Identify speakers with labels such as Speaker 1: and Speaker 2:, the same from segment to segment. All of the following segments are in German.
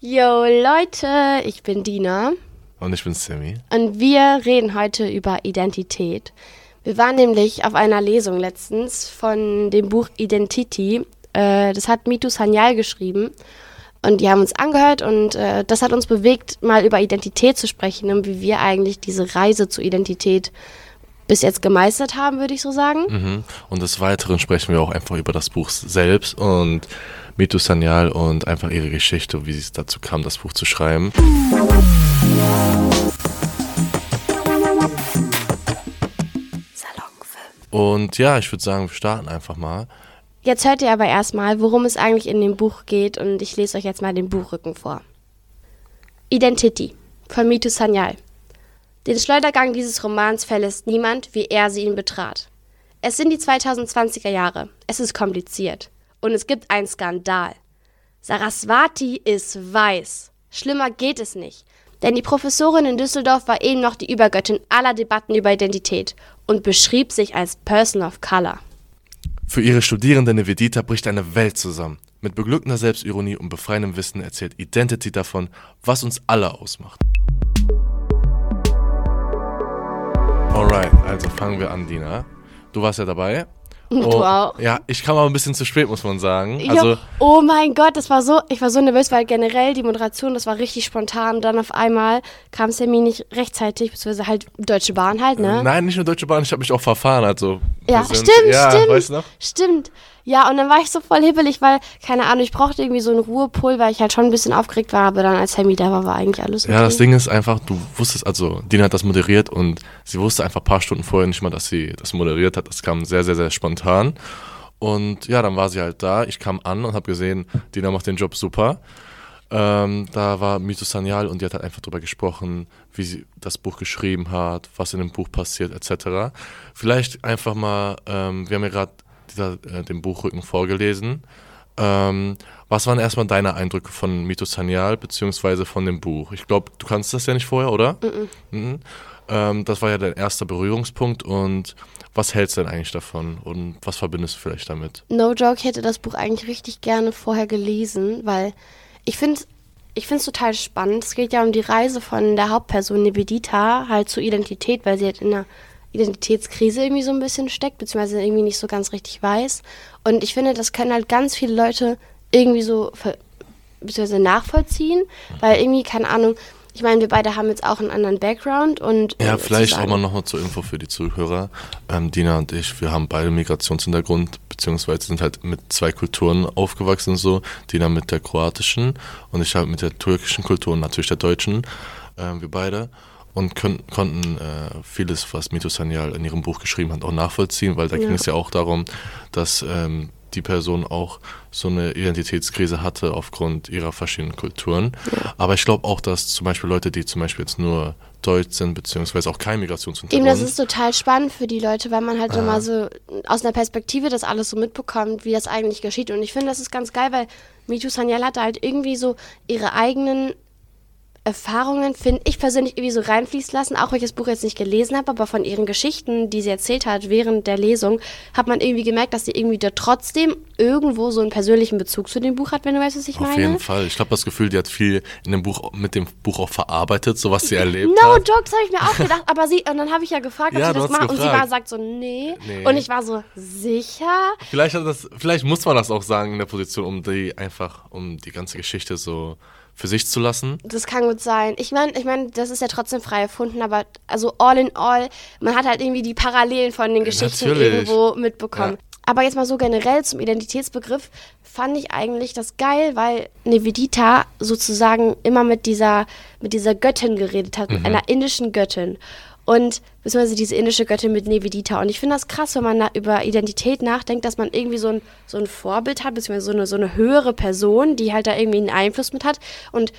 Speaker 1: Yo Leute, ich bin Dina.
Speaker 2: Und ich bin Sammy.
Speaker 1: Und wir reden heute über Identität. Wir waren nämlich auf einer Lesung letztens von dem Buch Identity. Das hat Mitu Sanyal geschrieben. Und die haben uns angehört und das hat uns bewegt, mal über Identität zu sprechen und wie wir eigentlich diese Reise zur Identität bis jetzt gemeistert haben, würde ich so sagen.
Speaker 2: Mhm. Und des Weiteren sprechen wir auch einfach über das Buch selbst und Mitu Sanyal und einfach ihre Geschichte, wie es dazu kam, das Buch zu schreiben. Und ja, ich würde sagen, wir starten einfach mal.
Speaker 1: Jetzt hört ihr aber erstmal, worum es eigentlich in dem Buch geht und ich lese euch jetzt mal den Buchrücken vor. Identity von Mitu Sanyal. Den Schleudergang dieses Romans verlässt niemand, wie er sie ihn betrat. Es sind die 2020er Jahre. Es ist kompliziert. Und es gibt einen Skandal. Saraswati ist weiß. Schlimmer geht es nicht. Denn die Professorin in Düsseldorf war eben noch die Übergöttin aller Debatten über Identität und beschrieb sich als Person of Color.
Speaker 2: Für ihre Studierende Nivedita bricht eine Welt zusammen. Mit beglückender Selbstironie und befreiendem Wissen erzählt Identity davon, was uns alle ausmacht. Alright, also fangen wir an, Dina. Du warst ja dabei.
Speaker 1: Und du auch.
Speaker 2: Ja, ich kam aber ein bisschen zu spät, muss man sagen.
Speaker 1: Also, oh mein Gott, ich war so nervös, weil generell die Moderation, das war richtig spontan. Und dann auf einmal kam Sammy nicht rechtzeitig, beziehungsweise halt Deutsche Bahn halt, ne?
Speaker 2: Nein, nicht nur Deutsche Bahn, ich habe mich auch verfahren, also.
Speaker 1: Ja, stimmt.
Speaker 2: Weißt du noch?
Speaker 1: Stimmt. Ja, und dann war ich so voll hibbelig, weil, keine Ahnung, ich brauchte irgendwie so einen Ruhepol, weil ich halt schon ein bisschen aufgeregt war, aber dann als Sammy da war eigentlich alles okay.
Speaker 2: Ja, das Ding ist einfach, du wusstest, also Dina hat das moderiert und sie wusste einfach ein paar Stunden vorher nicht mal, dass sie das moderiert hat. Das kam sehr, sehr, sehr spontan. Und ja, dann war sie halt da. Ich kam an und habe gesehen, Dina macht den Job super. Da war Mitu Sanyal und die hat halt einfach drüber gesprochen, wie sie das Buch geschrieben hat, was in dem Buch passiert, etc. Vielleicht einfach mal, wir haben ja gerade den Buchrücken vorgelesen. Was waren erstmal deine Eindrücke von Mitu Sanyal beziehungsweise von dem Buch? Ich glaube, du kannst das ja nicht vorher, oder? Mhm. Das war ja dein erster Berührungspunkt und was hältst du denn eigentlich davon und was verbindest du vielleicht damit?
Speaker 1: No joke, ich hätte das Buch eigentlich richtig gerne vorher gelesen, weil ich finde es total spannend. Es geht ja um die Reise von der Hauptperson Nivedita halt zur Identität, weil sie halt in einer Identitätskrise irgendwie so ein bisschen steckt, beziehungsweise irgendwie nicht so ganz richtig weiß. Und ich finde, das können halt ganz viele Leute irgendwie so beziehungsweise nachvollziehen, weil irgendwie, keine Ahnung, ich meine, wir beide haben jetzt auch einen anderen Background und
Speaker 2: ja, vielleicht auch mal nochmal zur Info für die Zuhörer. Dina und ich, wir haben beide Migrationshintergrund, beziehungsweise sind halt mit zwei Kulturen aufgewachsen so. Dina mit der kroatischen und ich halt mit der türkischen Kultur und natürlich der deutschen, wir beide. Und konnten vieles, was Mitu Sanyal in ihrem Buch geschrieben hat, auch nachvollziehen, weil da ging es ja auch darum, dass die Person auch so eine Identitätskrise hatte aufgrund ihrer verschiedenen Kulturen. Ja. Aber ich glaube auch, dass zum Beispiel Leute, die zum Beispiel jetzt nur deutsch sind, beziehungsweise auch kein Migrationshintergrund.
Speaker 1: Eben, das ist total spannend für die Leute, weil man halt immer so aus einer Perspektive das alles so mitbekommt, wie das eigentlich geschieht. Und ich finde, das ist ganz geil, weil Mitu Sanyal hatte halt irgendwie so ihre eigenen Erfahrungen, finde ich persönlich, irgendwie so reinfließen lassen, auch wenn ich das Buch jetzt nicht gelesen habe, aber von ihren Geschichten, die sie erzählt hat während der Lesung, hat man irgendwie gemerkt, dass sie irgendwie da trotzdem irgendwo so einen persönlichen Bezug zu dem Buch hat, wenn du weißt, was ich meine.
Speaker 2: Auf jeden Fall. Ich glaube, das Gefühl, die hat viel in dem Buch, mit dem Buch auch verarbeitet, so was sie erlebt
Speaker 1: hat. No
Speaker 2: joke,
Speaker 1: das habe ich mir auch gedacht, aber und dann habe ich ja gefragt, ob sie das macht und sie sagt so, nee. Und ich war so, sicher?
Speaker 2: Vielleicht muss man das auch sagen in der Position, um die ganze Geschichte so für sich zu lassen.
Speaker 1: Das kann gut sein. Ich meine, das ist ja trotzdem frei erfunden, aber also all in all, man hat halt irgendwie die Parallelen von den Geschichten irgendwo mitbekommen. Ja. Aber jetzt mal so generell zum Identitätsbegriff fand ich eigentlich das geil, weil Nivedita sozusagen immer mit dieser Göttin geredet hat, mit einer indischen Göttin. Und beziehungsweise diese indische Göttin mit Nivedita. Und ich finde das krass, wenn man über Identität nachdenkt, dass man irgendwie so ein Vorbild hat, beziehungsweise so eine höhere Person, die halt da irgendwie einen Einfluss mit hat. Und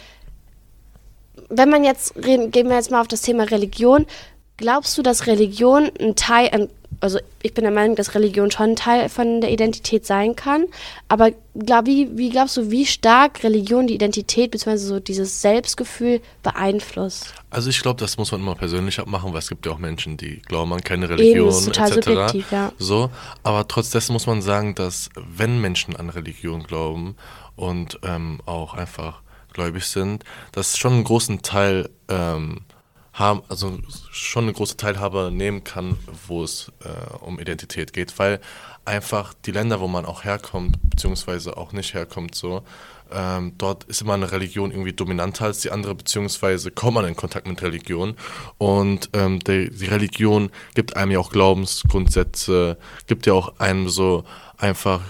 Speaker 1: wenn man jetzt, gehen wir jetzt mal auf das Thema Religion, glaubst du, dass Religion also ich bin der Meinung, dass Religion schon ein Teil von der Identität sein kann, aber wie glaubst du, wie stark Religion die Identität bzw. so dieses Selbstgefühl beeinflusst?
Speaker 2: Also ich glaube, das muss man immer persönlich abmachen, weil es gibt ja auch Menschen, die glauben an keine Religion,
Speaker 1: ist total
Speaker 2: etc.
Speaker 1: subjektiv, ja.
Speaker 2: So, aber trotzdem muss man sagen, dass wenn Menschen an Religion glauben und auch einfach gläubig sind, dass schon einen großen Teil haben, also schon eine große Teilhabe nehmen kann, wo es um Identität geht, weil einfach die Länder, wo man auch herkommt, beziehungsweise auch nicht herkommt, so, dort ist immer eine Religion irgendwie dominanter als die andere, beziehungsweise kommt man in Kontakt mit Religion und die Religion gibt einem ja auch Glaubensgrundsätze, gibt ja auch einem so einfach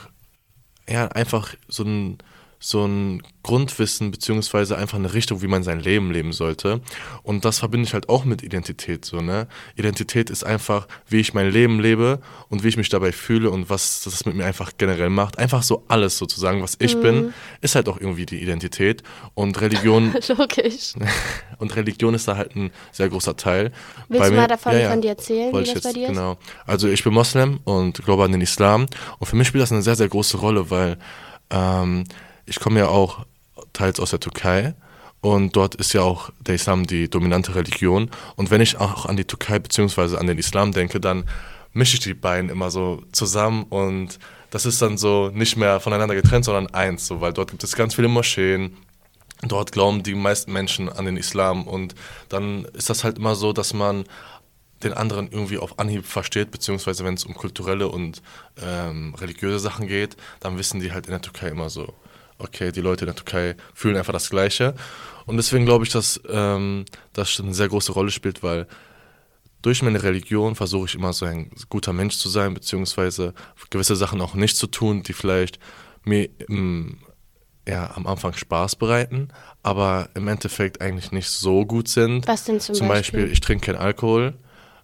Speaker 2: so ein Grundwissen beziehungsweise einfach eine Richtung, wie man sein Leben leben sollte. Und das verbinde ich halt auch mit Identität, so, ne? Identität ist einfach, wie ich mein Leben lebe und wie ich mich dabei fühle und was das mit mir einfach generell macht. Einfach so alles sozusagen, was ich bin, ist halt auch irgendwie die Identität. Und Religion
Speaker 1: Logisch.
Speaker 2: und Religion ist da halt ein sehr großer Teil.
Speaker 1: Willst du mal davon von dir erzählen, wie das bei dir ist?
Speaker 2: Genau. Also ich bin Moslem und glaube an den Islam. Und für mich spielt das eine sehr, sehr große Rolle, weil ich komme ja auch teils aus der Türkei und dort ist ja auch der Islam die dominante Religion. Und wenn ich auch an die Türkei bzw. an den Islam denke, dann mische ich die beiden immer so zusammen und das ist dann so nicht mehr voneinander getrennt, sondern eins, so, weil dort gibt es ganz viele Moscheen. Dort glauben die meisten Menschen an den Islam und dann ist das halt immer so, dass man den anderen irgendwie auf Anhieb versteht, beziehungsweise wenn es um kulturelle und religiöse Sachen geht, dann wissen die halt in der Türkei immer so, okay, die Leute in der Türkei fühlen einfach das Gleiche. Und deswegen glaube ich, dass das eine sehr große Rolle spielt, weil durch meine Religion versuche ich immer so ein guter Mensch zu sein, beziehungsweise gewisse Sachen auch nicht zu tun, die vielleicht mir am Anfang Spaß bereiten, aber im Endeffekt eigentlich nicht so gut sind.
Speaker 1: Was denn zum
Speaker 2: Beispiel, ich trinke keinen Alkohol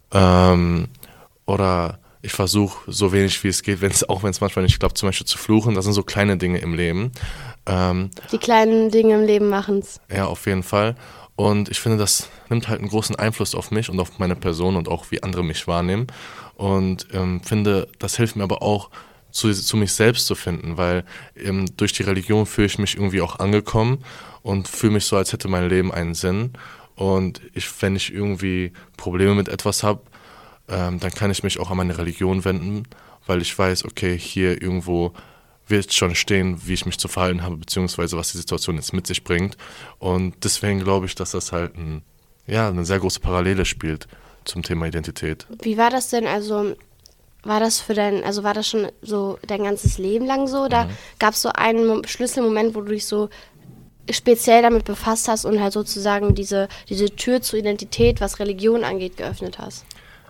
Speaker 2: oder ich versuche so wenig wie es geht, auch wenn es manchmal nicht klappt, zum Beispiel zu fluchen. Das sind so kleine Dinge im Leben.
Speaker 1: Die kleinen Dinge im Leben machen's.
Speaker 2: Ja, auf jeden Fall. Und ich finde, das nimmt halt einen großen Einfluss auf mich und auf meine Person und auch wie andere mich wahrnehmen. Und finde, das hilft mir aber auch, zu mich selbst zu finden, weil durch die Religion fühle ich mich irgendwie auch angekommen und fühle mich so, als hätte mein Leben einen Sinn. Und wenn ich irgendwie Probleme mit etwas habe, dann kann ich mich auch an meine Religion wenden, weil ich weiß, okay, hier irgendwo wird schon stehen, wie ich mich zu verhalten habe, beziehungsweise was die Situation jetzt mit sich bringt. Und deswegen glaube ich, dass das halt eine sehr große Parallele spielt zum Thema Identität.
Speaker 1: Wie war das denn? Also war das schon so dein ganzes Leben lang so? Oder gab es so einen Schlüsselmoment, wo du dich so speziell damit befasst hast und halt sozusagen diese Tür zur Identität, was Religion angeht, geöffnet hast?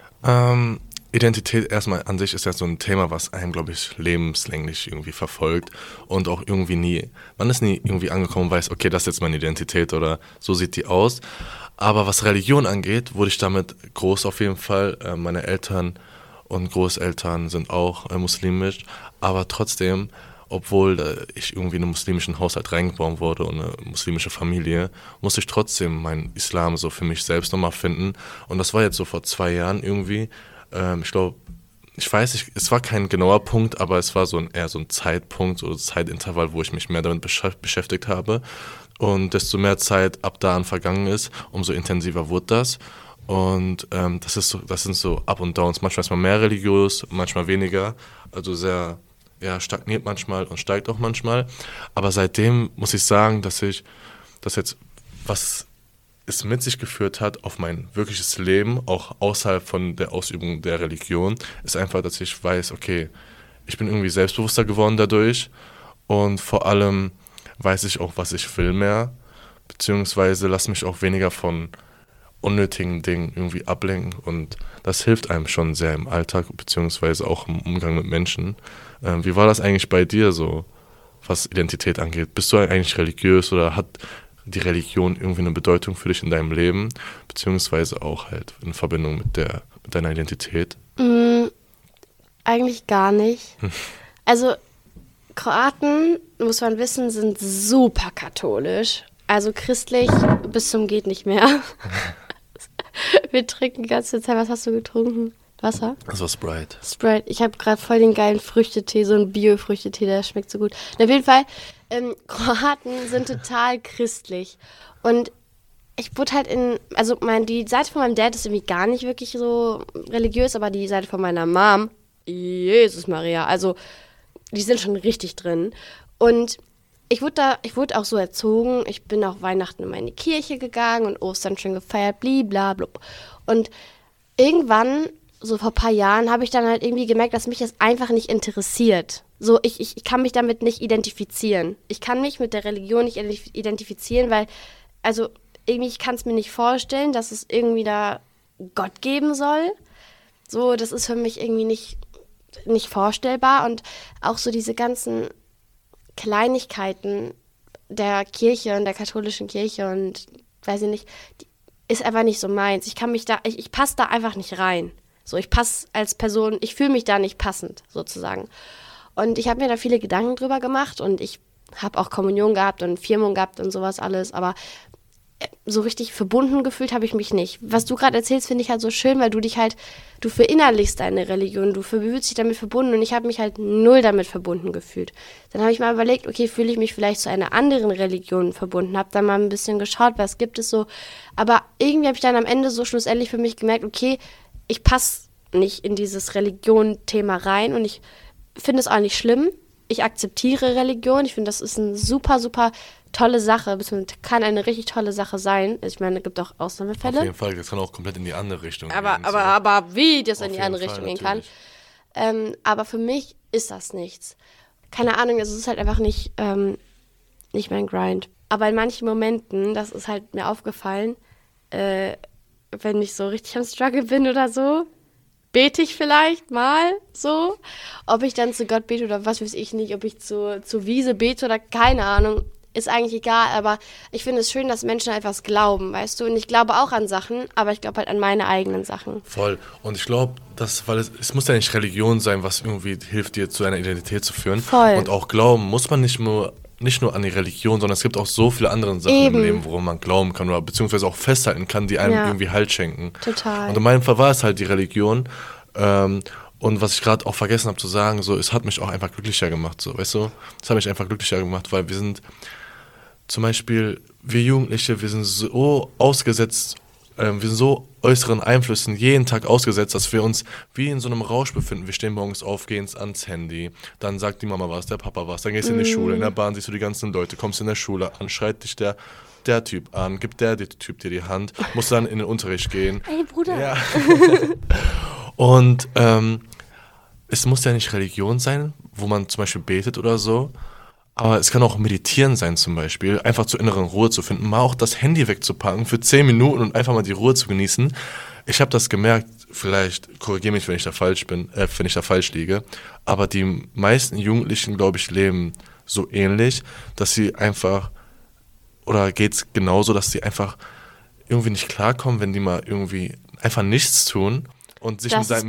Speaker 2: Identität erstmal an sich ist ja so ein Thema, was einen, glaube ich, lebenslänglich irgendwie verfolgt und auch irgendwie man ist nie irgendwie angekommen und weiß, okay, das ist jetzt meine Identität oder so sieht die aus. Aber was Religion angeht, wurde ich damit groß auf jeden Fall. Meine Eltern und Großeltern sind auch muslimisch, aber trotzdem, obwohl ich irgendwie in einen muslimischen Haushalt reingeboren wurde und eine muslimische Familie, musste ich trotzdem meinen Islam so für mich selbst nochmal finden. Und das war jetzt so vor 2 Jahren irgendwie. Ich weiß nicht, es war kein genauer Punkt, aber es war eher so ein Zeitpunkt oder Zeitintervall, wo ich mich mehr damit beschäftigt habe. Und desto mehr Zeit ab da an vergangen ist, umso intensiver wurde das. Und das sind so Up und Downs. Manchmal ist man mehr religiös, manchmal weniger. Also sehr stagniert manchmal und steigt auch manchmal. Aber seitdem muss ich sagen, dass was es mit sich geführt hat auf mein wirkliches Leben, auch außerhalb von der Ausübung der Religion, ist einfach, dass ich weiß, okay, ich bin irgendwie selbstbewusster geworden dadurch und vor allem weiß ich auch, was ich will mehr, beziehungsweise lasse mich auch weniger von unnötigen Dingen irgendwie ablenken und das hilft einem schon sehr im Alltag, beziehungsweise auch im Umgang mit Menschen. Wie war das eigentlich bei dir so, was Identität angeht? Bist du eigentlich religiös oder hat die Religion irgendwie eine Bedeutung für dich in deinem Leben, beziehungsweise auch halt in Verbindung mit deiner Identität?
Speaker 1: Eigentlich gar nicht. Also Kroaten, muss man wissen, sind super katholisch. Also christlich bis zum geht nicht mehr. Wir trinken die ganze Zeit. Was hast du getrunken? Wasser?
Speaker 2: Das war Sprite.
Speaker 1: Sprite. Ich habe gerade voll den geilen Früchtetee, so einen Bio-Früchtetee, der schmeckt so gut. Und auf jeden Fall, Kroaten sind total christlich. Und ich wurde halt die Seite von meinem Dad ist irgendwie gar nicht wirklich so religiös, aber die Seite von meiner Mom, Jesus Maria, also die sind schon richtig drin. Und ich wurde auch so erzogen, ich bin auch Weihnachten immer in die Kirche gegangen und Ostern schön gefeiert, bliblablub. Und irgendwann, so vor ein paar Jahren, habe ich dann halt irgendwie gemerkt, dass mich das einfach nicht interessiert. So, ich kann mich damit nicht identifizieren. Ich kann mich mit der Religion nicht identifizieren, weil, also irgendwie, ich kann es mir nicht vorstellen, dass es irgendwie da Gott geben soll. So, das ist für mich irgendwie nicht vorstellbar. Und auch so diese ganzen Kleinigkeiten der Kirche und der katholischen Kirche und weiß ich nicht, ist einfach nicht so meins. Ich passe da einfach nicht rein. So, ich passe als Person, ich fühle mich da nicht passend, sozusagen. Und ich habe mir da viele Gedanken drüber gemacht und ich habe auch Kommunion gehabt und Firmung gehabt und sowas alles, aber so richtig verbunden gefühlt habe ich mich nicht. Was du gerade erzählst, finde ich halt so schön, weil du verinnerlichst deine Religion, du fühlst dich damit verbunden und ich habe mich halt null damit verbunden gefühlt. Dann habe ich mal überlegt, okay, fühle ich mich vielleicht zu einer anderen Religion verbunden, habe dann mal ein bisschen geschaut, was gibt es so, aber irgendwie habe ich dann am Ende so schlussendlich für mich gemerkt, okay, ich passe nicht in dieses Religion-Thema rein und ich finde es auch nicht schlimm. Ich akzeptiere Religion. Ich finde, das ist eine super, super tolle Sache. Beziehungsweise kann eine richtig tolle Sache sein. Ich meine, es gibt auch Ausnahmefälle.
Speaker 2: Auf jeden Fall, das kann auch komplett in die andere Richtung gehen.
Speaker 1: Aber wie das in die andere Richtung gehen kann. Aber für mich ist das nichts. Keine Ahnung, es ist halt einfach nicht mein Grind. Aber in manchen Momenten, das ist halt mir aufgefallen, wenn ich so richtig am Struggle bin oder so, bete ich vielleicht mal so. Ob ich dann zu Gott bete oder was weiß ich nicht, ob ich zur Wiese bete oder keine Ahnung, ist eigentlich egal. Aber ich finde es schön, dass Menschen etwas glauben, weißt du. Und ich glaube auch an Sachen, aber ich glaube halt an meine eigenen Sachen.
Speaker 2: Voll. Und ich glaube, weil es muss ja nicht Religion sein, was irgendwie hilft, dir zu einer Identität zu führen.
Speaker 1: Voll.
Speaker 2: Und auch Glauben muss man nicht nur an die Religion, sondern es gibt auch so viele andere Sachen im Leben, worum man glauben kann oder beziehungsweise auch festhalten kann, die einem irgendwie Halt schenken.
Speaker 1: Total.
Speaker 2: Und in meinem Fall war es halt die Religion. Und was ich gerade auch vergessen habe zu sagen, so, es hat mich auch einfach glücklicher gemacht, so, weißt du? Es hat mich einfach glücklicher gemacht, weil wir sind zum Beispiel, wir Jugendliche, wir sind so ausgesetzt, wir sind so äußeren Einflüssen jeden Tag ausgesetzt, dass wir uns wie in so einem Rausch befinden. Wir stehen morgens auf, gehen ans Handy, dann sagt die Mama was, der Papa was, dann gehst du in die Schule, in der Bahn siehst du die ganzen Leute, kommst in der Schule an, schreit dich der Typ an, gibt der Typ dir die Hand, musst dann in den Unterricht gehen.
Speaker 1: Ey, Bruder.
Speaker 2: Ja. Und es muss ja nicht Religion sein, wo man zum Beispiel betet oder so, aber es kann auch Meditieren sein zum Beispiel, einfach zur inneren Ruhe zu finden, mal auch das Handy wegzupacken für 10 Minuten und einfach mal die Ruhe zu genießen. Ich habe das gemerkt, vielleicht korrigiere mich, wenn ich da falsch liege, aber die meisten Jugendlichen, glaube ich, leben so ähnlich, dass sie einfach, oder geht's genauso, dass sie einfach irgendwie nicht klarkommen, wenn die mal irgendwie einfach nichts tun und sich mit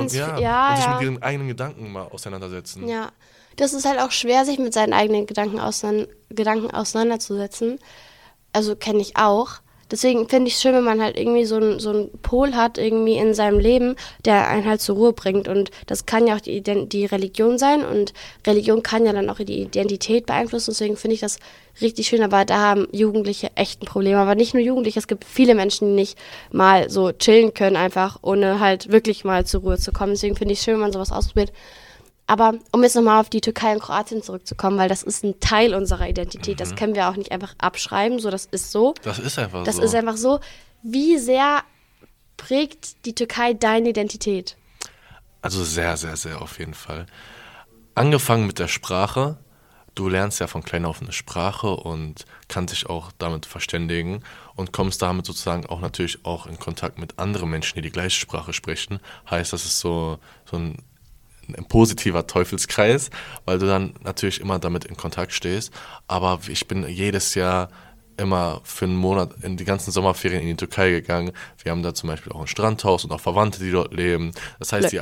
Speaker 2: ihren eigenen Gedanken mal auseinandersetzen.
Speaker 1: Ja, das ist halt auch schwer, sich mit seinen eigenen Gedanken auseinanderzusetzen. Also kenne ich auch. Deswegen finde ich es schön, wenn man halt irgendwie so einen Pol hat irgendwie in seinem Leben, der einen halt zur Ruhe bringt. Und das kann ja auch die Religion sein. Und Religion kann ja dann auch die Identität beeinflussen. Deswegen finde ich das richtig schön. Aber da haben Jugendliche echt ein Problem. Aber nicht nur Jugendliche, es gibt viele Menschen, die nicht mal so chillen können, einfach ohne halt wirklich mal zur Ruhe zu kommen. Deswegen finde ich es schön, wenn man sowas ausprobiert. Aber um jetzt nochmal auf die Türkei und Kroatien zurückzukommen, weil das ist ein Teil unserer Identität, das können wir auch nicht einfach abschreiben, so, das ist so.
Speaker 2: Das ist einfach so.
Speaker 1: Das ist einfach so. Wie sehr prägt die Türkei deine Identität?
Speaker 2: Also sehr, sehr, sehr auf jeden Fall. Angefangen mit der Sprache. Du lernst ja von klein auf eine Sprache und kannst dich auch damit verständigen und kommst damit sozusagen auch natürlich auch in Kontakt mit anderen Menschen, die gleiche Sprache sprechen. Heißt, das ist so ein positiver Teufelskreis, weil du dann natürlich immer damit in Kontakt stehst. Aber ich bin jedes Jahr immer für einen Monat in die ganzen Sommerferien in die Türkei gegangen. Wir haben da zum Beispiel auch ein Strandhaus und auch Verwandte, die dort leben. Das heißt,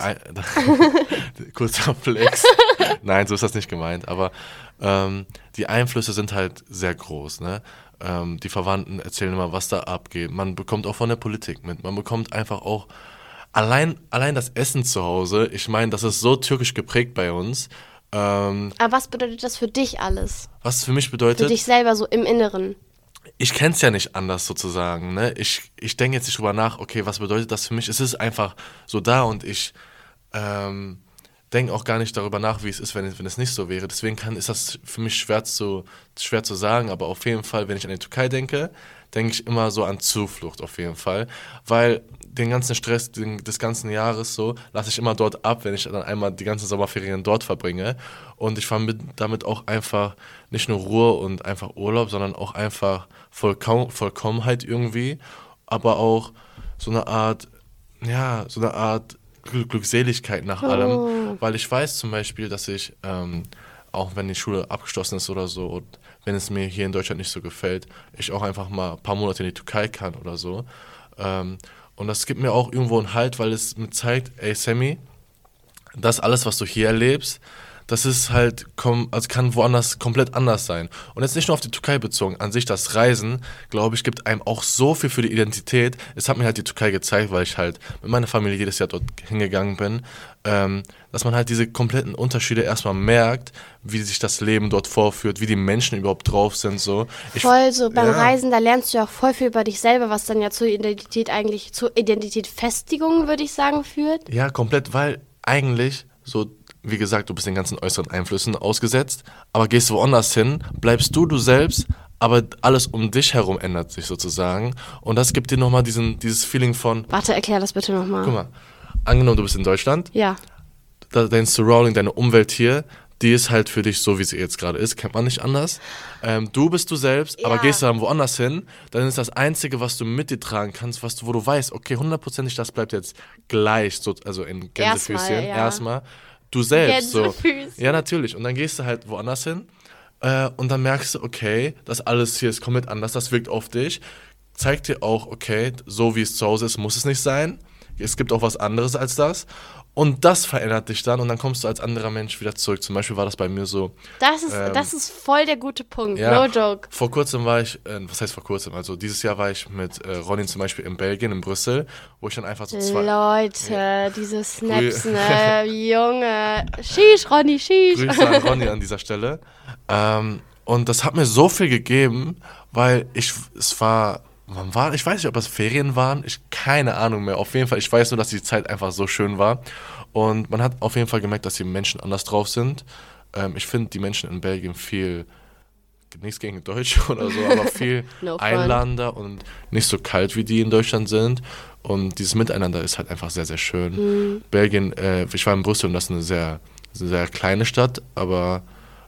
Speaker 2: kurzer Flex. Nein, so ist das nicht gemeint. Aber die Einflüsse sind halt sehr groß, ne? Die Verwandten erzählen immer, was da abgeht. Man bekommt auch von der Politik mit. Man bekommt einfach auch Allein das Essen zu Hause, ich meine, das ist so türkisch geprägt bei uns.
Speaker 1: Aber was bedeutet das für dich alles?
Speaker 2: Was für mich bedeutet?
Speaker 1: Für dich selber so im Inneren.
Speaker 2: Ich kenne es ja nicht anders sozusagen. Ne? Ich denke jetzt nicht drüber nach, okay, was bedeutet das für mich? Es ist einfach so da und ich denke auch gar nicht darüber nach, wie es ist, wenn es nicht so wäre. Deswegen ist das für mich schwer zu sagen, aber auf jeden Fall, wenn ich an die Türkei denke ich immer so an Zuflucht auf jeden Fall, weil den ganzen Stress des ganzen Jahres so lasse ich immer dort ab, wenn ich dann einmal die ganzen Sommerferien dort verbringe und ich verbinde damit auch einfach nicht nur Ruhe und einfach Urlaub, sondern auch einfach Vollkommenheit irgendwie, aber auch so eine Art Glückseligkeit nach allem, weil ich weiß zum Beispiel, dass ich, auch wenn die Schule abgeschlossen ist oder so und wenn es mir hier in Deutschland nicht so gefällt, ich auch einfach mal ein paar Monate in die Türkei kann oder so. Und das gibt mir auch irgendwo einen Halt, weil es mir zeigt, ey Sammy, das alles, was du hier erlebst, das ist halt, kann woanders komplett anders sein. Und jetzt nicht nur auf die Türkei bezogen, an sich das Reisen, glaube ich, gibt einem auch so viel für die Identität. Es hat mir halt die Türkei gezeigt, weil ich halt mit meiner Familie jedes Jahr dort hingegangen bin, dass man halt diese kompletten Unterschiede erstmal merkt, wie sich das Leben dort vorführt, wie die Menschen überhaupt drauf sind. So.
Speaker 1: Beim Reisen, da lernst du ja auch voll viel über dich selber, was dann ja zur Identitätsfestigung, würde ich sagen, führt.
Speaker 2: Ja, komplett, weil eigentlich so, wie gesagt, du bist den ganzen äußeren Einflüssen ausgesetzt, aber gehst woanders hin, bleibst du selbst, aber alles um dich herum ändert sich sozusagen. Und das gibt dir nochmal dieses Feeling von...
Speaker 1: Warte, erklär das bitte nochmal.
Speaker 2: Guck mal, angenommen, du bist in Deutschland.
Speaker 1: Ja.
Speaker 2: Dein Surrounding, deine Umwelt hier, die ist halt für dich so, wie sie jetzt gerade ist, kennt man nicht anders. Du bist du selbst, aber gehst du dann woanders hin, dann ist das Einzige, was du mit dir tragen kannst, wo du weißt, okay, 100%, das bleibt jetzt gleich, so, also in Gänsefüßchen, erstmal. Du selbst. So. Ja, natürlich. Und dann gehst du halt woanders hin und dann merkst du, okay, das alles hier ist komplett anders, das wirkt auf dich. Zeigt dir auch, okay, so wie es zu Hause ist, muss es nicht sein. Es gibt auch was anderes als das. Und das verändert dich dann und dann kommst du als anderer Mensch wieder zurück. Zum Beispiel war das bei mir so.
Speaker 1: Das ist voll der gute Punkt,
Speaker 2: ja,
Speaker 1: no joke.
Speaker 2: Vor kurzem war ich, was heißt vor kurzem? Also dieses Jahr war ich mit Ronny zum Beispiel in Belgien, in Brüssel, wo ich dann einfach so
Speaker 1: Leute, diese Snaps, ne, Junge. Sheesh, Ronny, sheesh.
Speaker 2: Grüße an Ronny an dieser Stelle. Und das hat mir so viel gegeben, weil ich weiß nicht, ob es Ferien waren, keine Ahnung mehr. Auf jeden Fall, ich weiß nur, dass die Zeit einfach so schön war. Und man hat auf jeden Fall gemerkt, dass die Menschen anders drauf sind. Ich finde die Menschen in Belgien nichts gegen Deutsche oder so, aber viel einladender und nicht so kalt, wie die in Deutschland sind. Und dieses Miteinander ist halt einfach sehr, sehr schön. Belgien, ich war in Brüssel und das ist eine sehr, sehr kleine Stadt, aber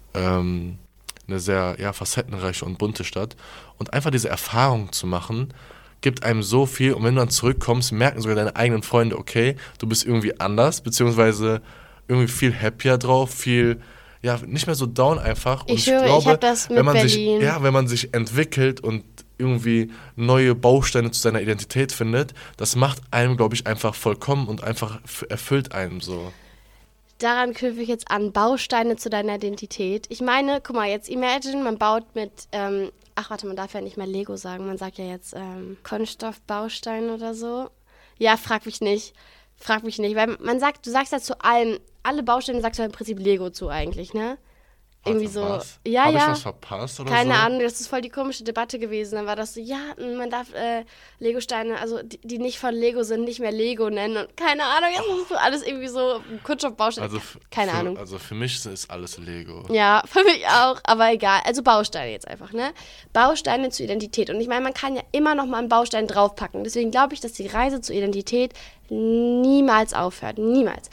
Speaker 2: eine sehr facettenreiche und bunte Stadt. Und einfach diese Erfahrung zu machen, gibt einem so viel. Und wenn du dann zurückkommst, merken sogar deine eigenen Freunde, okay, du bist irgendwie anders, beziehungsweise irgendwie viel happier drauf, viel, nicht mehr so down einfach. Und
Speaker 1: ich glaube, ich habe das mit Berlin.
Speaker 2: Wenn man sich entwickelt und irgendwie neue Bausteine zu seiner Identität findet, das macht einem, glaube ich, einfach vollkommen und einfach erfüllt einem so.
Speaker 1: Daran knüpfe ich jetzt an, Bausteine zu deiner Identität. Ich meine, guck mal, jetzt imagine, man baut mit, man darf ja nicht mehr Lego sagen, man sagt ja jetzt Kunststoffbausteine oder so. Ja, frag mich nicht, weil du sagst ja zu allem, alle Bausteine sagst du im Prinzip Lego zu eigentlich, ne? Irgendwie so,
Speaker 2: was? Ja. Habe ich was verpasst oder
Speaker 1: Keine
Speaker 2: so?
Speaker 1: Ahnung, das ist voll die komische Debatte gewesen. Dann war das so, man darf Lego-Steine, also die nicht von Lego sind, nicht mehr Lego nennen. Und keine Ahnung, jetzt ist so alles irgendwie so Kunststoffbausteine.
Speaker 2: Also
Speaker 1: keine Ahnung.
Speaker 2: Also für mich ist alles Lego.
Speaker 1: Ja, für mich auch, aber egal. Also Bausteine jetzt einfach, ne? Bausteine zur Identität. Und ich meine, man kann ja immer noch mal einen Baustein draufpacken. Deswegen glaube ich, dass die Reise zur Identität niemals aufhört. Niemals.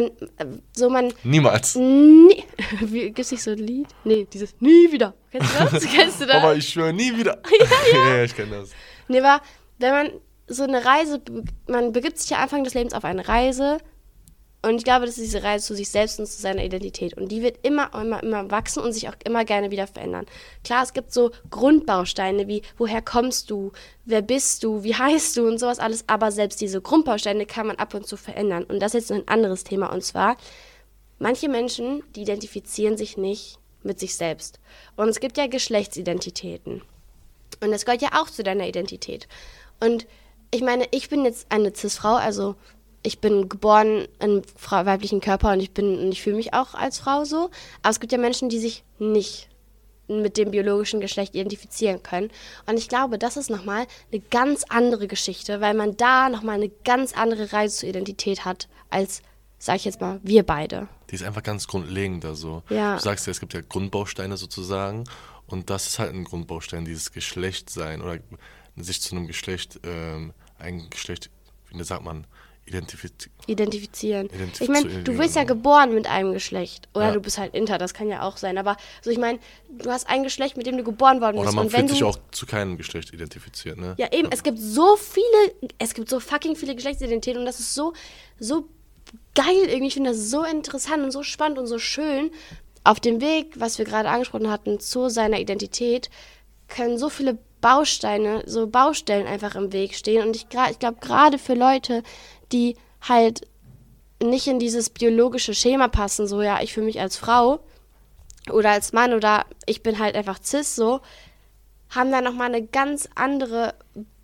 Speaker 2: Niemals?
Speaker 1: Gibt's nicht so ein Lied? Nee, dieses Nie wieder. Kennst du das?
Speaker 2: Aber ich schwöre, nie wieder. Ja, ich kenne das.
Speaker 1: Nee, aber wenn man so eine Reise, man begibt sich ja Anfang des Lebens auf eine Reise und ich glaube, das ist diese Reise zu sich selbst und zu seiner Identität und die wird immer wachsen und sich auch immer gerne wieder verändern. Klar, es gibt so Grundbausteine wie, woher kommst du, wer bist du, wie heißt du und sowas alles, aber selbst diese Grundbausteine kann man ab und zu verändern und das ist jetzt ein anderes Thema und zwar, manche Menschen, die identifizieren sich nicht mit sich selbst und es gibt ja Geschlechtsidentitäten und das gehört ja auch zu deiner Identität und ich meine, ich bin jetzt eine Cis-Frau, also ich bin geboren in einem weiblichen Körper und ich fühle mich auch als Frau so. Aber es gibt ja Menschen, die sich nicht mit dem biologischen Geschlecht identifizieren können. Und ich glaube, das ist nochmal eine ganz andere Geschichte, weil man da nochmal eine ganz andere Reise zur Identität hat, als sag ich jetzt mal, wir beide.
Speaker 2: Die ist einfach ganz grundlegend da so.
Speaker 1: Ja.
Speaker 2: Du sagst ja, es gibt ja Grundbausteine sozusagen und das ist halt ein Grundbaustein, dieses Geschlechtsein oder sich zu einem Geschlecht, ein Geschlecht, wie sagt man,
Speaker 1: identifizieren. Ich meine, du wirst ja geboren mit einem Geschlecht. Oder du bist halt inter, das kann ja auch sein. Aber also ich meine, du hast ein Geschlecht, mit dem du geboren worden bist.
Speaker 2: Oder man fühlt sich auch zu keinem Geschlecht identifiziert, ne?
Speaker 1: Ja, eben. Es gibt so fucking viele Geschlechtsidentitäten und das ist so geil irgendwie. Ich finde das so interessant und so spannend und so schön. Auf dem Weg, was wir gerade angesprochen hatten, zu seiner Identität, können so viele Baustellen einfach im Weg stehen. Und ich glaube, gerade für Leute, die halt nicht in dieses biologische Schema passen, so ja, ich fühle mich als Frau oder als Mann oder ich bin halt einfach cis, so, haben da nochmal eine ganz anderen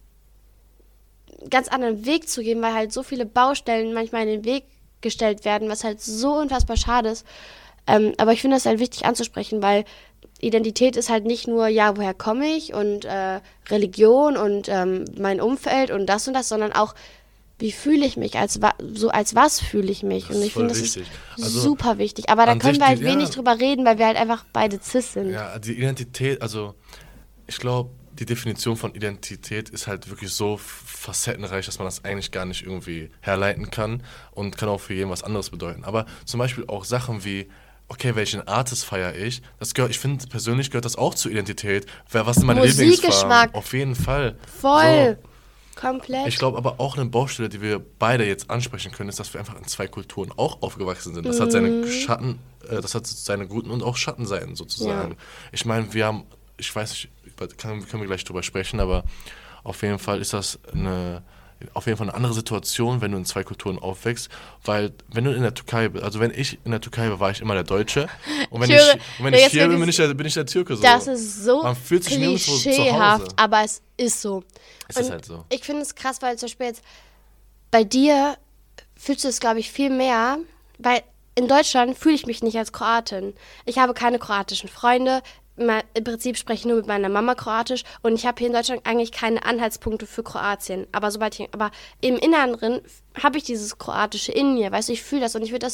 Speaker 1: Weg zu gehen, weil halt so viele Baustellen manchmal in den Weg gestellt werden, was halt so unfassbar schade ist. Aber ich finde das halt wichtig anzusprechen, weil Identität ist halt nicht nur, ja, woher komme ich und Religion und mein Umfeld und das, sondern auch, wie fühle ich mich, als was fühle ich mich? Und ich finde, das ist super wichtig. Aber da können wir halt wenig drüber reden, weil wir halt einfach beide cis sind.
Speaker 2: Ja, die Identität, also ich glaube, die Definition von Identität ist halt wirklich so facettenreich, dass man das eigentlich gar nicht irgendwie herleiten kann und kann auch für jeden was anderes bedeuten. Aber zum Beispiel auch Sachen wie, okay, welchen Artist feiere ich? Ich finde, persönlich gehört das auch zur Identität. Was sind meine Lieblingsfarben? Auf jeden Fall.
Speaker 1: Voll. So. Komplett.
Speaker 2: Ich glaube aber auch eine Baustelle, die wir beide jetzt ansprechen können, ist, dass wir einfach in zwei Kulturen auch aufgewachsen sind. Das hat seine Schatten, das hat seine guten und auch Schattenseiten sozusagen. Ja. Ich meine, ich weiß nicht, können wir gleich drüber sprechen, aber auf jeden Fall ist das eine andere Situation, wenn du in zwei Kulturen aufwächst, weil wenn du in der Türkei bist, also wenn ich in der Türkei war, war ich immer der Deutsche und wenn ich hier bin, bin ich der Türke. So.
Speaker 1: Das ist so
Speaker 2: man fühlt sich nirgendwo zu Hause.
Speaker 1: Aber es ist so.
Speaker 2: Es ist halt so.
Speaker 1: Ich finde es krass, weil zum Beispiel jetzt bei dir fühlst du es, glaube ich, viel mehr, weil in Deutschland fühle ich mich nicht als Kroatin. Ich habe keine kroatischen Freunde. Im Prinzip spreche ich nur mit meiner Mama Kroatisch und ich habe hier in Deutschland eigentlich keine Anhaltspunkte für Kroatien. Aber im Inneren habe ich dieses Kroatische in mir, weißt du, ich fühle das und ich würde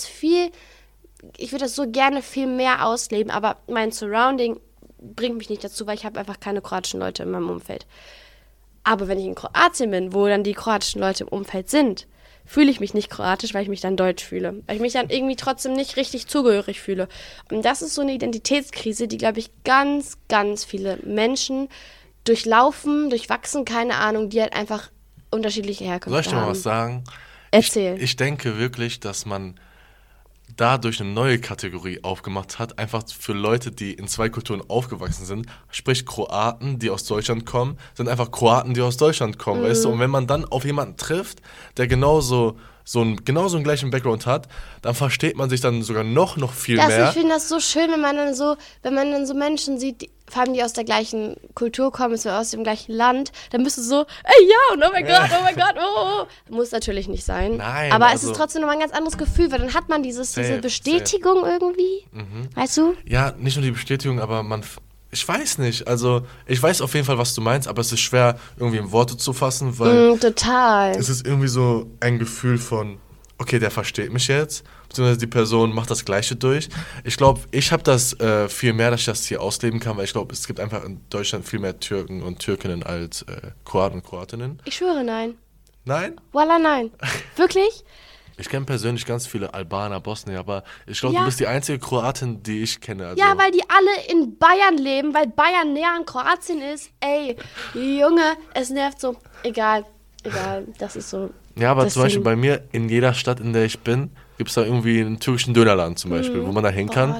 Speaker 1: das so gerne viel mehr ausleben, aber mein Surrounding bringt mich nicht dazu, weil ich habe einfach keine kroatischen Leute in meinem Umfeld. Aber wenn ich in Kroatien bin, wo dann die kroatischen Leute im Umfeld sind, fühle ich mich nicht kroatisch, weil ich mich dann deutsch fühle. Weil ich mich dann irgendwie trotzdem nicht richtig zugehörig fühle. Und das ist so eine Identitätskrise, die, glaube ich, ganz, ganz viele Menschen durchwachsen, keine Ahnung, die halt einfach unterschiedliche Herkünfte haben.
Speaker 2: Soll ich dir mal was sagen?
Speaker 1: Erzähl.
Speaker 2: Ich denke wirklich, dass man dadurch eine neue Kategorie aufgemacht hat, einfach für Leute, die in zwei Kulturen aufgewachsen sind, sprich Kroaten, die aus Deutschland kommen, sind einfach Kroaten, die aus Deutschland kommen, weißt du? Und wenn man dann auf jemanden trifft, der genauso einen gleichen Background hat, dann versteht man sich dann sogar noch viel mehr.
Speaker 1: Ich finde das so schön, wenn man dann so Menschen sieht, vor allem die aus der gleichen Kultur kommen, aus dem gleichen Land, dann bist du so, ey ja, und oh mein Gott, oh. Muss natürlich nicht sein.
Speaker 2: Nein.
Speaker 1: Aber es ist trotzdem nochmal ein ganz anderes Gefühl, weil dann hat man diese Bestätigung irgendwie, weißt du?
Speaker 2: Ja, nicht nur die Bestätigung, aber ich weiß nicht, also ich weiß auf jeden Fall, was du meinst, aber es ist schwer, irgendwie in Worte zu fassen, weil
Speaker 1: total.
Speaker 2: Es ist irgendwie so ein Gefühl von, okay, der versteht mich jetzt, beziehungsweise die Person macht das Gleiche durch. Ich glaube, ich habe das viel mehr, dass ich das hier ausleben kann, weil ich glaube, es gibt einfach in Deutschland viel mehr Türken und Türkinnen als Kroaten und Kroatinnen.
Speaker 1: Ich schwöre, nein.
Speaker 2: Nein?
Speaker 1: Voila, nein. Wirklich?
Speaker 2: Ich kenne persönlich ganz viele Albaner, Bosnier, aber ich glaube, du bist die einzige Kroatin, die ich kenne. Also.
Speaker 1: Ja, weil die alle in Bayern leben, weil Bayern näher an Kroatien ist. Ey, Junge, es nervt so. Egal, das ist so.
Speaker 2: Ja, aber zum Beispiel bei mir, in jeder Stadt, in der ich bin, gibt es da irgendwie einen türkischen Dönerladen zum Beispiel, wo man da hin kann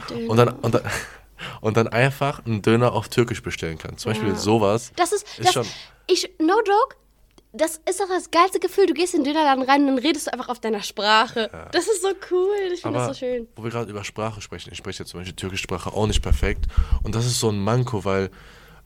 Speaker 2: und dann einfach einen Döner auf Türkisch bestellen kann. Zum Beispiel sowas.
Speaker 1: No joke, das ist doch das geilste Gefühl. Du gehst in den Dönerladen rein und dann redest du einfach auf deiner Sprache. Ja. Das ist so cool. Ich finde das so schön.
Speaker 2: Wo wir gerade über Sprache sprechen, ich spreche ja zum Beispiel türkische Sprache auch nicht perfekt. Und das ist so ein Manko, weil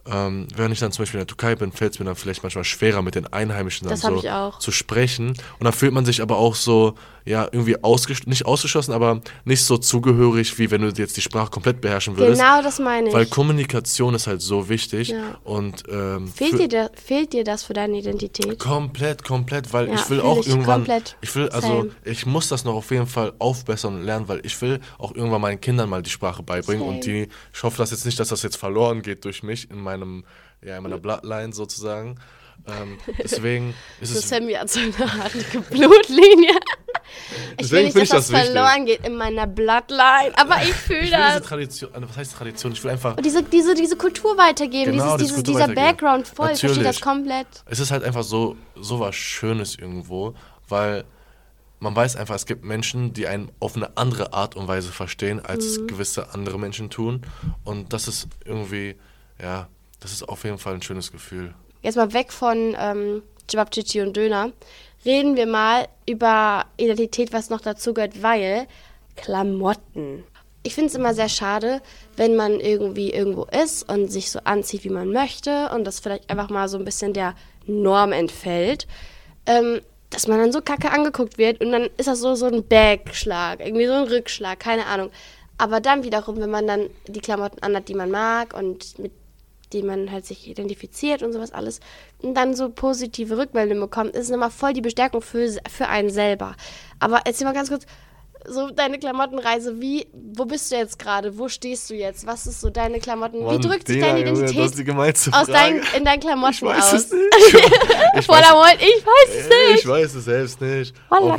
Speaker 2: wenn ich dann zum Beispiel in der Türkei bin, fällt es mir dann vielleicht manchmal schwerer, mit den Einheimischen dann so zu sprechen. Und dann fühlt man sich aber auch so, ja, irgendwie nicht ausgeschlossen, aber nicht so zugehörig, wie wenn du jetzt die Sprache komplett beherrschen würdest.
Speaker 1: Genau, das meine ich.
Speaker 2: Weil Kommunikation ist halt so wichtig.
Speaker 1: Ja.
Speaker 2: Und
Speaker 1: fehlt dir das für deine Identität?
Speaker 2: Komplett, weil ich will auch irgendwann, ich muss das noch auf jeden Fall aufbessern und lernen, weil ich will auch irgendwann meinen Kindern mal die Sprache beibringen. Same. Und ich hoffe das jetzt nicht, dass das jetzt verloren geht durch mich in meiner Bloodline sozusagen. Deswegen ist es...
Speaker 1: Sammy hat so eine harte Blutlinie. Ich will nicht, dass das verloren geht in meiner Bloodline, aber ich fühle das.
Speaker 2: Diese Tradition, was heißt Tradition? Ich will einfach...
Speaker 1: Und diese Kultur weitergeben,
Speaker 2: genau,
Speaker 1: dieser Background voll, ich verstehe das komplett.
Speaker 2: Es ist halt einfach so was Schönes irgendwo, weil man weiß einfach, es gibt Menschen, die einen auf eine andere Art und Weise verstehen, als gewisse andere Menschen tun. Und das ist irgendwie, ja, das ist auf jeden Fall ein schönes Gefühl.
Speaker 1: Jetzt mal weg von Cevapcici und Döner. Reden wir mal über Identität, was noch dazu gehört, weil Klamotten. Ich finde es immer sehr schade, wenn man irgendwie irgendwo ist und sich so anzieht, wie man möchte und das vielleicht einfach mal so ein bisschen der Norm entfällt, dass man dann so kacke angeguckt wird und dann ist das so ein Backschlag, irgendwie so ein Rückschlag, keine Ahnung. Aber dann wiederum, wenn man dann die Klamotten anhat, die man mag und mit die man halt sich identifiziert und sowas alles und dann so positive Rückmeldungen bekommt, ist es immer voll die Bestärkung für einen selber. Aber erzähl mal ganz kurz, so deine Klamottenreise, wo bist du jetzt gerade? Wo stehst du jetzt? Was ist so deine Klamotten? Wie drückt sich deine Identität in deinen Klamotten aus?
Speaker 2: Ich weiß es nicht. Ich
Speaker 1: weiß es nicht.
Speaker 2: Ich weiß es selbst nicht.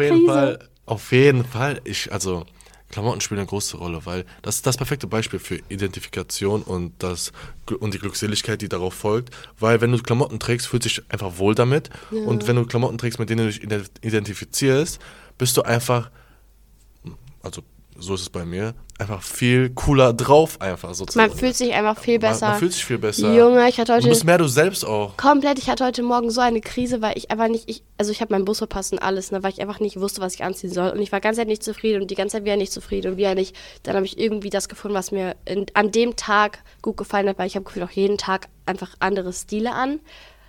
Speaker 2: Auf jeden Fall. Klamotten spielen eine große Rolle, weil das ist das perfekte Beispiel für Identifikation und die Glückseligkeit, die darauf folgt. Weil wenn du Klamotten trägst, fühlst du dich einfach wohl damit. Ja. Und wenn du Klamotten trägst, mit denen du dich identifizierst, bist du einfach, also so ist es bei mir, einfach viel cooler drauf einfach sozusagen.
Speaker 1: Man fühlt sich einfach viel besser.
Speaker 2: Man fühlt sich viel besser.
Speaker 1: Junge, ich hatte heute...
Speaker 2: Du bist mehr du selbst auch.
Speaker 1: Komplett, ich hatte heute Morgen so eine Krise, weil ich einfach nicht... ich habe meinen Bus verpasst und alles, ne, weil ich einfach nicht wusste, was ich anziehen soll. Und ich war die ganze Zeit nicht zufrieden und die ganze Zeit wieder nicht zufrieden und wieder nicht. Dann habe ich irgendwie das gefunden, was mir an dem Tag gut gefallen hat, weil ich habe gefühlt auch jeden Tag einfach andere Stile an.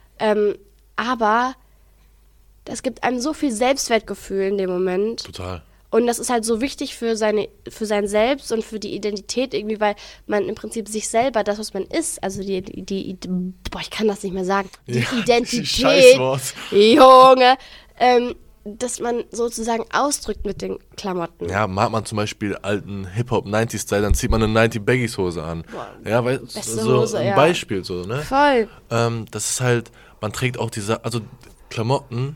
Speaker 1: Aber das gibt einem so viel Selbstwertgefühl in dem Moment.
Speaker 2: Total.
Speaker 1: Und das ist halt so wichtig für sein Selbst und für die Identität irgendwie, weil man im Prinzip sich selber, das, was man ist, also ich kann das nicht mehr sagen, die Identität,
Speaker 2: Scheißwort.
Speaker 1: Junge, dass man sozusagen ausdrückt mit den Klamotten.
Speaker 2: Ja, mag man zum Beispiel alten Hip-Hop-90s-Style, dann zieht man eine 90-Baggies-Hose an. Boah, ja, weil so Hose, ein Beispiel so, ne?
Speaker 1: Voll.
Speaker 2: Das ist halt, man trägt auch Klamotten,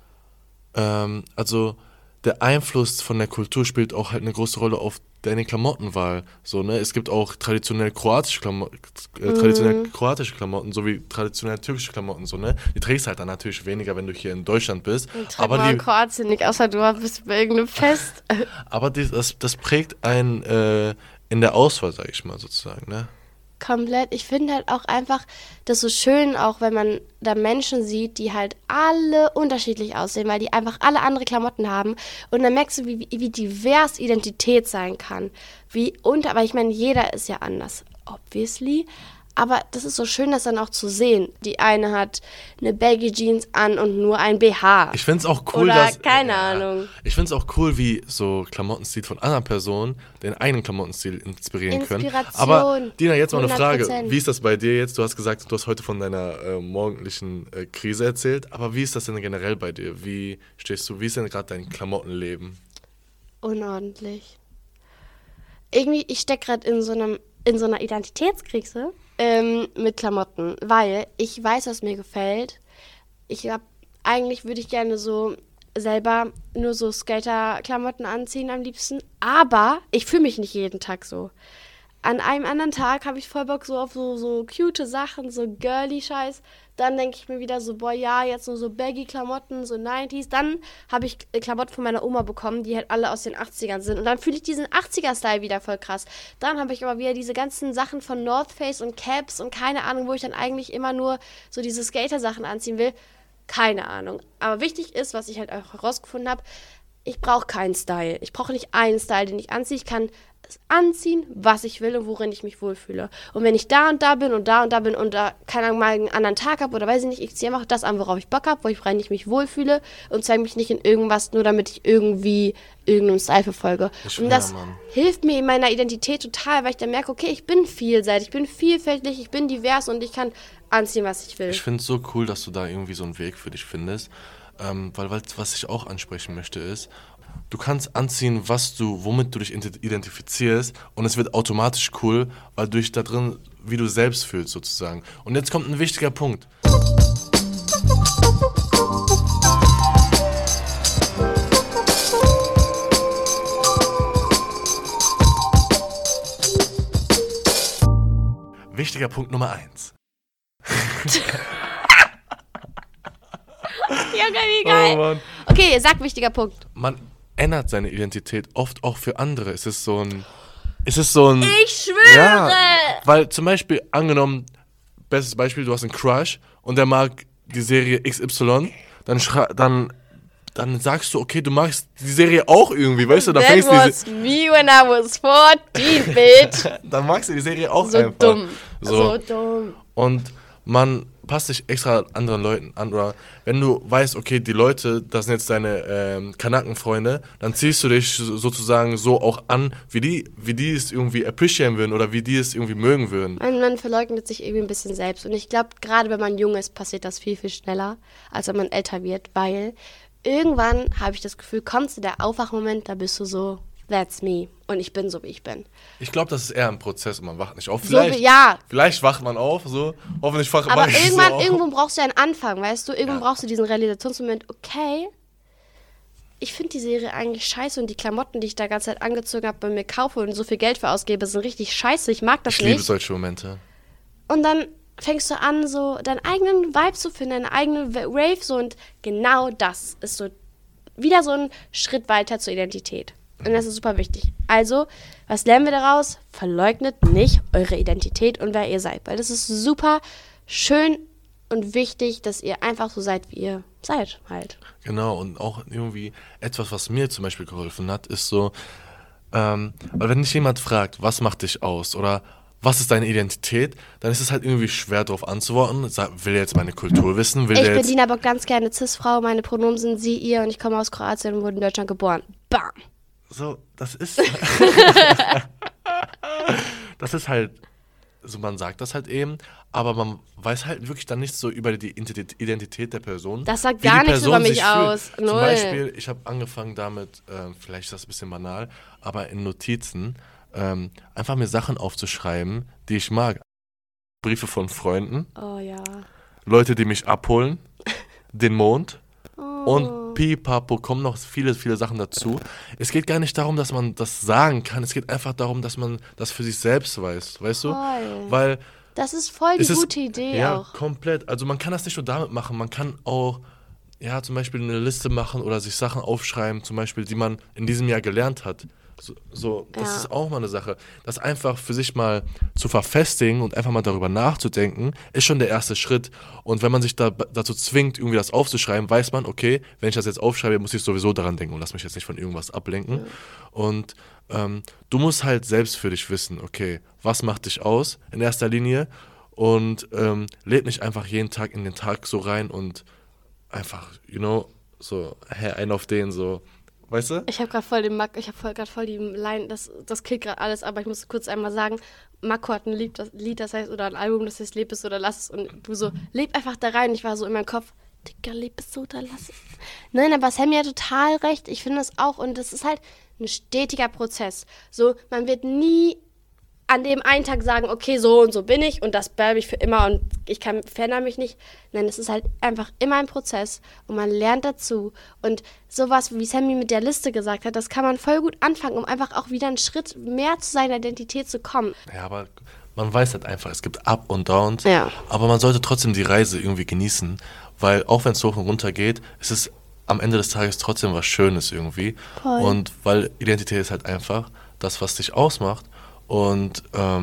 Speaker 2: der Einfluss von der Kultur spielt auch halt eine große Rolle auf deine Klamottenwahl. So, ne? Es gibt auch traditionell kroatische Klamotten sowie traditionell türkische Klamotten. So, ne? Die trägst halt dann natürlich weniger, wenn du hier in Deutschland bist.
Speaker 1: Aber die Kroatien nicht, außer du bist bei irgendeinem Fest.
Speaker 2: Aber das prägt einen in der Auswahl, sag ich mal sozusagen, ne?
Speaker 1: Komplett. Ich finde halt auch einfach das so schön, auch wenn man da Menschen sieht, die halt alle unterschiedlich aussehen, weil die einfach alle andere Klamotten haben. Und dann merkst du, wie divers Identität sein kann. Aber ich meine, jeder ist ja anders, obviously. Aber das ist so schön, das dann auch zu sehen. Die eine hat eine Baggy Jeans an und nur ein BH.
Speaker 2: Ich finde es auch cool,
Speaker 1: oder keine Ahnung.
Speaker 2: Ich finde es auch cool, wie so Klamottenstil von anderen Personen den eigenen Klamottenstil inspirieren können. Aber Dina, jetzt mal eine Frage. Wie ist das bei dir jetzt? Du hast gesagt, du hast heute von deiner morgendlichen Krise erzählt. Aber wie ist das denn generell bei dir? Wie stehst du? Wie ist denn gerade dein Klamottenleben?
Speaker 1: Unordentlich. Irgendwie, ich stecke gerade in so einer Identitätskrise mit Klamotten, weil ich weiß, was mir gefällt. Eigentlich würde ich gerne so selber nur so Skater-Klamotten anziehen am liebsten, aber ich fühle mich nicht jeden Tag so. An einem anderen Tag habe ich voll Bock so auf so cute Sachen, so girly-Scheiß. Dann denke ich mir wieder so, boah, ja, jetzt nur so Baggy-Klamotten, so 90s. Dann habe ich Klamotten von meiner Oma bekommen, die halt alle aus den 80ern sind. Und dann fühle ich diesen 80er-Style wieder voll krass. Dann habe ich aber wieder diese ganzen Sachen von North Face und Caps und keine Ahnung, wo ich dann eigentlich immer nur so diese Skater-Sachen anziehen will. Keine Ahnung. Aber wichtig ist, was ich halt auch herausgefunden habe, ich brauche keinen Style. Ich brauche nicht einen Style, den ich anziehe. Ich kann anziehen, was ich will und worin ich mich wohlfühle. Und wenn ich da und da bin und da und da bin und da, keine Ahnung, mal einen anderen Tag habe oder weiß ich nicht, ich ziehe einfach das an, worauf ich Bock habe, worin ich mich wohlfühle und zeige mich nicht in irgendwas, nur damit ich irgendwie irgendeinem Style verfolge. Und das hilft mir in meiner Identität total, weil ich dann merke, okay, ich bin vielseitig, ich bin vielfältig, ich bin divers und ich kann anziehen, was ich will.
Speaker 2: Ich finde es so cool, dass du da irgendwie so einen Weg für dich findest, weil was ich auch ansprechen möchte ist, du kannst anziehen, womit du dich identifizierst und es wird automatisch cool, weil du dich da drin, wie du selbst fühlst sozusagen. Und jetzt kommt ein wichtiger Punkt. Wichtiger Punkt Nummer 1.
Speaker 1: Junge, wie geil. Oh, Mann. Okay, sag wichtiger Punkt.
Speaker 2: Man ändert seine Identität oft auch für andere. Es ist so ein... Ich
Speaker 1: schwöre!
Speaker 2: Ja, weil zum Beispiel, angenommen, bestes Beispiel, du hast einen Crush und der mag die Serie XY, dann sagst du, okay, du magst die Serie auch irgendwie, weißt du? Dann
Speaker 1: That was me when I was 14, bitch.
Speaker 2: Dann magst du die Serie auch
Speaker 1: so
Speaker 2: einfach.
Speaker 1: Dumm. So dumm.
Speaker 2: Und man passt sich extra anderen Leuten an. Oder wenn du weißt, okay, die Leute, das sind jetzt deine Kanakenfreunde, dann ziehst du dich sozusagen so auch an, wie die es irgendwie appreciaten würden oder wie die es irgendwie mögen würden.
Speaker 1: Man verleugnet sich irgendwie ein bisschen selbst. Und ich glaube, gerade wenn man jung ist, passiert das viel, viel schneller, als wenn man älter wird, weil irgendwann habe ich das Gefühl, kommst du der Aufwachmoment, da bist du so, that's me. Und ich bin so, wie ich bin.
Speaker 2: Ich glaube, das ist eher ein Prozess und man wacht nicht auf.
Speaker 1: Vielleicht
Speaker 2: wacht man auf, so. Hoffentlich wacht
Speaker 1: man nicht so auf. Aber irgendwo brauchst du einen Anfang, weißt du? Irgendwann brauchst du diesen Realisationsmoment, okay, ich finde die Serie eigentlich scheiße und die Klamotten, die ich da ganze Zeit angezogen habe, bei mir kaufe und so viel Geld für ausgebe, sind richtig scheiße. Ich mag das nicht.
Speaker 2: Ich liebe solche Momente.
Speaker 1: Und dann fängst du an, so deinen eigenen Vibe zu finden, deine eigene Rave, so, und genau das ist so wieder so ein Schritt weiter zur Identität. Und das ist super wichtig. Also, was lernen wir daraus? Verleugnet nicht eure Identität und wer ihr seid. Weil das ist super schön und wichtig, dass ihr einfach so seid, wie ihr seid halt.
Speaker 2: Genau, und auch irgendwie etwas, was mir zum Beispiel geholfen hat, ist so, weil wenn dich jemand fragt, was macht dich aus oder was ist deine Identität, dann ist es halt irgendwie schwer darauf antworten. Will er jetzt meine Kultur wissen?
Speaker 1: Ich bin Dina Bock, ganz gerne Cis-Frau, meine Pronomen sind sie, ihr und ich komme aus Kroatien und wurde in Deutschland geboren. Bam!
Speaker 2: So, das ist... das ist halt... So, man sagt das halt eben, aber man weiß halt wirklich dann nichts so über die Identität der Person.
Speaker 1: Das sagt gar nichts über mich aus.
Speaker 2: Zum Beispiel, ich habe angefangen damit, vielleicht ist das ein bisschen banal, aber in Notizen einfach mir Sachen aufzuschreiben, die ich mag. Briefe von Freunden,
Speaker 1: oh, ja.
Speaker 2: Leute, die mich abholen, den Mond und pipapo, kommen noch viele, viele Sachen dazu. Es geht gar nicht darum, dass man das sagen kann, es geht einfach darum, dass man das für sich selbst weiß, weißt du? Weil
Speaker 1: das ist voll die gute Idee
Speaker 2: ja,
Speaker 1: auch.
Speaker 2: Ja, komplett. Also man kann das nicht nur damit machen, man kann auch ja, zum Beispiel eine Liste machen oder sich Sachen aufschreiben, zum Beispiel, die man in diesem Jahr gelernt hat. Das ist auch mal eine Sache. Das einfach für sich mal zu verfestigen und einfach mal darüber nachzudenken, ist schon der erste Schritt. Und wenn man sich dazu zwingt, irgendwie das aufzuschreiben, weiß man, okay, wenn ich das jetzt aufschreibe, muss ich sowieso daran denken und lass mich jetzt nicht von irgendwas ablenken. Ja. Und du musst halt selbst für dich wissen, okay, was macht dich aus in erster Linie und leb nicht einfach jeden Tag in den Tag so rein und einfach, so, einen auf den, so. Weißt du?
Speaker 1: Ich habe gerade voll die Line, das killt gerade alles, aber ich muss kurz einmal sagen, Mako hat ein Lied, das heißt, oder ein Album, das heißt, leb es oder lass es, und du so, leb einfach da rein. Ich war so in meinem Kopf, Digga, leb es oder lass es. Nein, aber Sammy hat total recht, ich finde das auch, und das ist halt ein stetiger Prozess. So, man wird nie an dem einen Tag sagen, okay, so und so bin ich und das bleibe ich für immer und ich verändere mich nicht. Nein, es ist halt einfach immer ein Prozess und man lernt dazu. Und sowas, wie Sammy mit der Liste gesagt hat, das kann man voll gut anfangen, um einfach auch wieder einen Schritt mehr zu seiner Identität zu kommen.
Speaker 2: Ja, aber man weiß halt einfach, es gibt Up und Downs,
Speaker 1: ja.
Speaker 2: Aber man sollte trotzdem die Reise irgendwie genießen, weil auch wenn es hoch und runter geht, ist es am Ende des Tages trotzdem was Schönes irgendwie.
Speaker 1: Voll.
Speaker 2: Und weil Identität ist halt einfach das, was dich ausmacht. Und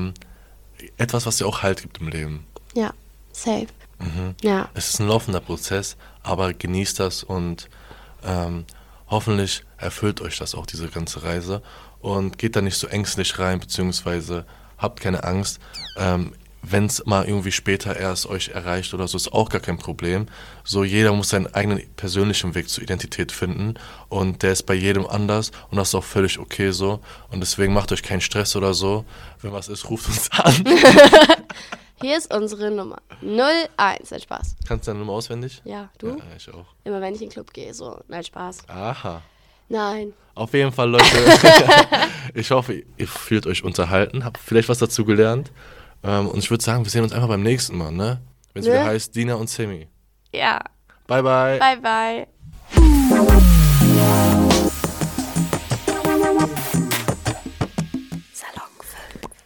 Speaker 2: etwas, was dir auch Halt gibt im Leben.
Speaker 1: Ja, safe.
Speaker 2: Mhm.
Speaker 1: Ja.
Speaker 2: Es ist ein laufender Prozess, aber genieß das und hoffentlich erfüllt euch das auch, diese ganze Reise. Und geht da nicht so ängstlich rein, beziehungsweise habt keine Angst. Wenn es mal irgendwie später erst euch erreicht oder so, ist auch gar kein Problem. So, jeder muss seinen eigenen persönlichen Weg zur Identität finden und der ist bei jedem anders und das ist auch völlig okay so. Und deswegen macht euch keinen Stress oder so. Wenn was ist, ruft uns an.
Speaker 1: Hier ist unsere Nummer. 01. Nein, Spaß.
Speaker 2: Kannst du deine Nummer auswendig?
Speaker 1: Ja, du?
Speaker 2: Ja, ich auch.
Speaker 1: Immer wenn ich in den Club gehe, so, nein, Spaß.
Speaker 2: Aha.
Speaker 1: Nein.
Speaker 2: Auf jeden Fall, Leute. Ich hoffe, ihr fühlt euch unterhalten, habt vielleicht was dazu gelernt. Und ich würde sagen, wir sehen uns einfach beim nächsten Mal, ne? Wenn es wieder heißt Dina und Semi.
Speaker 1: Ja.
Speaker 2: Bye, bye.
Speaker 1: Bye, bye.